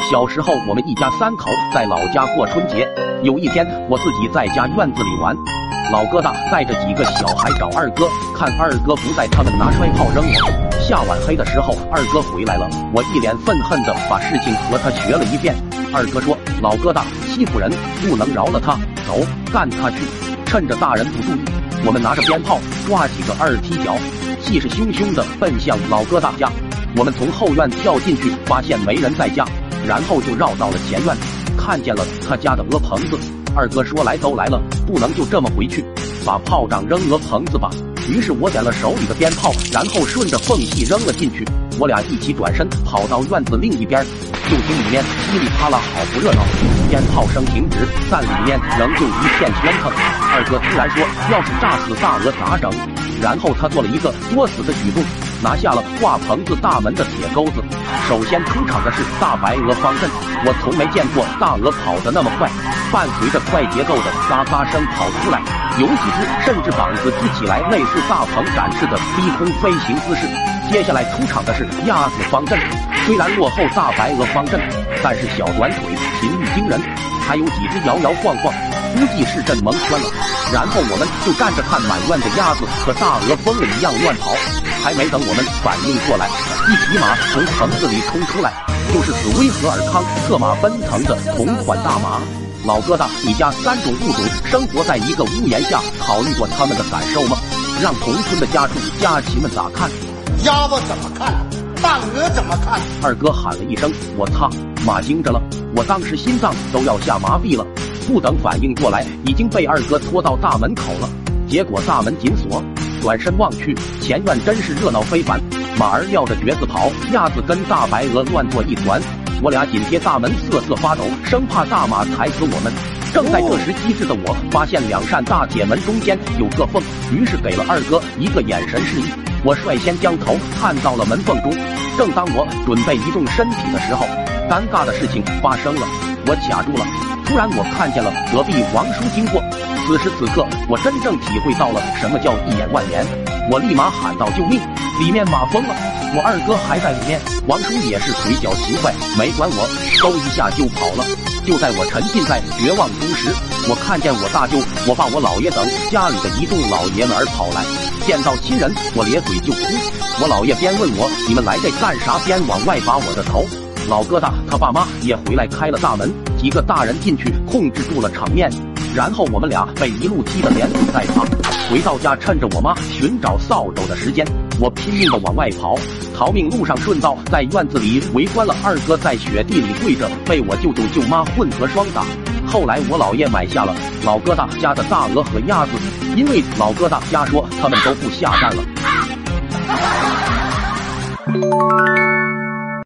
小时候，我们一家3口在老家过春节。有一天，我自己在家院子里玩，老疙瘩带着几个小孩找二哥，看二哥不在，他们拿摔炮扔我。下晚黑的时候，二哥回来了，我一脸愤恨地把事情和他学了一遍。二哥说：“老疙瘩欺负人，不能饶了他，走，干他去！”趁着大人不注意，我们拿着鞭炮，抓几个二踢脚，气势汹汹地奔向老疙瘩家。我们从后院跳进去，发现没人在家，然后就绕到了前院，看见了他家的鹅棚子。二哥说：“来都来了，不能就这么回去，把炮仗扔鹅棚子吧。”于是我点了手里的鞭炮，然后顺着缝隙扔了进去。我俩一起转身跑到院子另一边，就听里面噼里啪啦，好不热闹。鞭炮声停止，但里面仍旧一片喧腾。二哥突然说：“要是炸死大鹅咋整？”然后他做了一个作死的举动，拿下了挂棚子大门的铁钩子。首先出场的是大白鹅方阵，我从没见过大鹅跑得那么快，伴随着快节奏的嘎嘎声跑出来，有几只甚至膀子支起来，类似大鹏展示的低空飞行姿势。接下来出场的是鸭子方阵，虽然落后大白鹅方阵，但是小短腿频率惊人，还有几只摇摇晃晃，估计是阵蒙圈了。然后我们就站着看满院的鸭子和大鹅疯了一样乱跑，还没等我们反应过来，一匹马从棚子里冲出来，就是此威和尔康策马奔腾的同款大马。老疙瘩，你家3种物种生活在一个屋檐下，考虑过他们的感受吗？让同村的家畜家禽们咋看？ 鸭子怎么看？大鹅怎么看？ 二哥喊了一声：“我擦！”马惊着了，我当时心脏都要下麻痹了。不等反应过来，已经被二哥拖到大门口了。结果大门紧锁，转身望去，前院真是热闹非凡，马儿撂着蹶子跑，鸭子跟大白鹅乱作一团。我俩紧贴大门瑟瑟发抖，生怕大马踩死我们。正在这时，机智的我发现2扇大铁门中间有个缝，于是给了二哥一个眼神示意。我率先将头探到了门缝中，正当我准备移动身体的时候，尴尬的事情发生了，我卡住了。突然我看见了隔壁王叔经过，此时此刻我真正体会到了什么叫一眼万年。我立马喊道：“救命！里面马疯了！”我二哥还在里面，王叔也是腿脚勤快，没管我，嗖一下就跑了。就在我沉浸在绝望中时，我看见我大舅、我爸、我姥爷等家里的一众老爷们儿跑来，见到亲人，我咧嘴就哭。我姥爷边问我：“你们来这干啥？”边往外拔我的头。老疙瘩他爸妈也回来开了大门，几个大人进去控制住了场面，然后我们俩被一路踢得连滚带爬。回到家，趁着我妈寻找扫帚的时间，我拼命地往外跑。逃命路上顺道在院子里围观了二哥在雪地里跪着被我舅舅舅妈混合双打。后来我姥爷买下了老疙瘩家的大鹅和鸭子，因为老疙瘩家说他们都不下蛋了。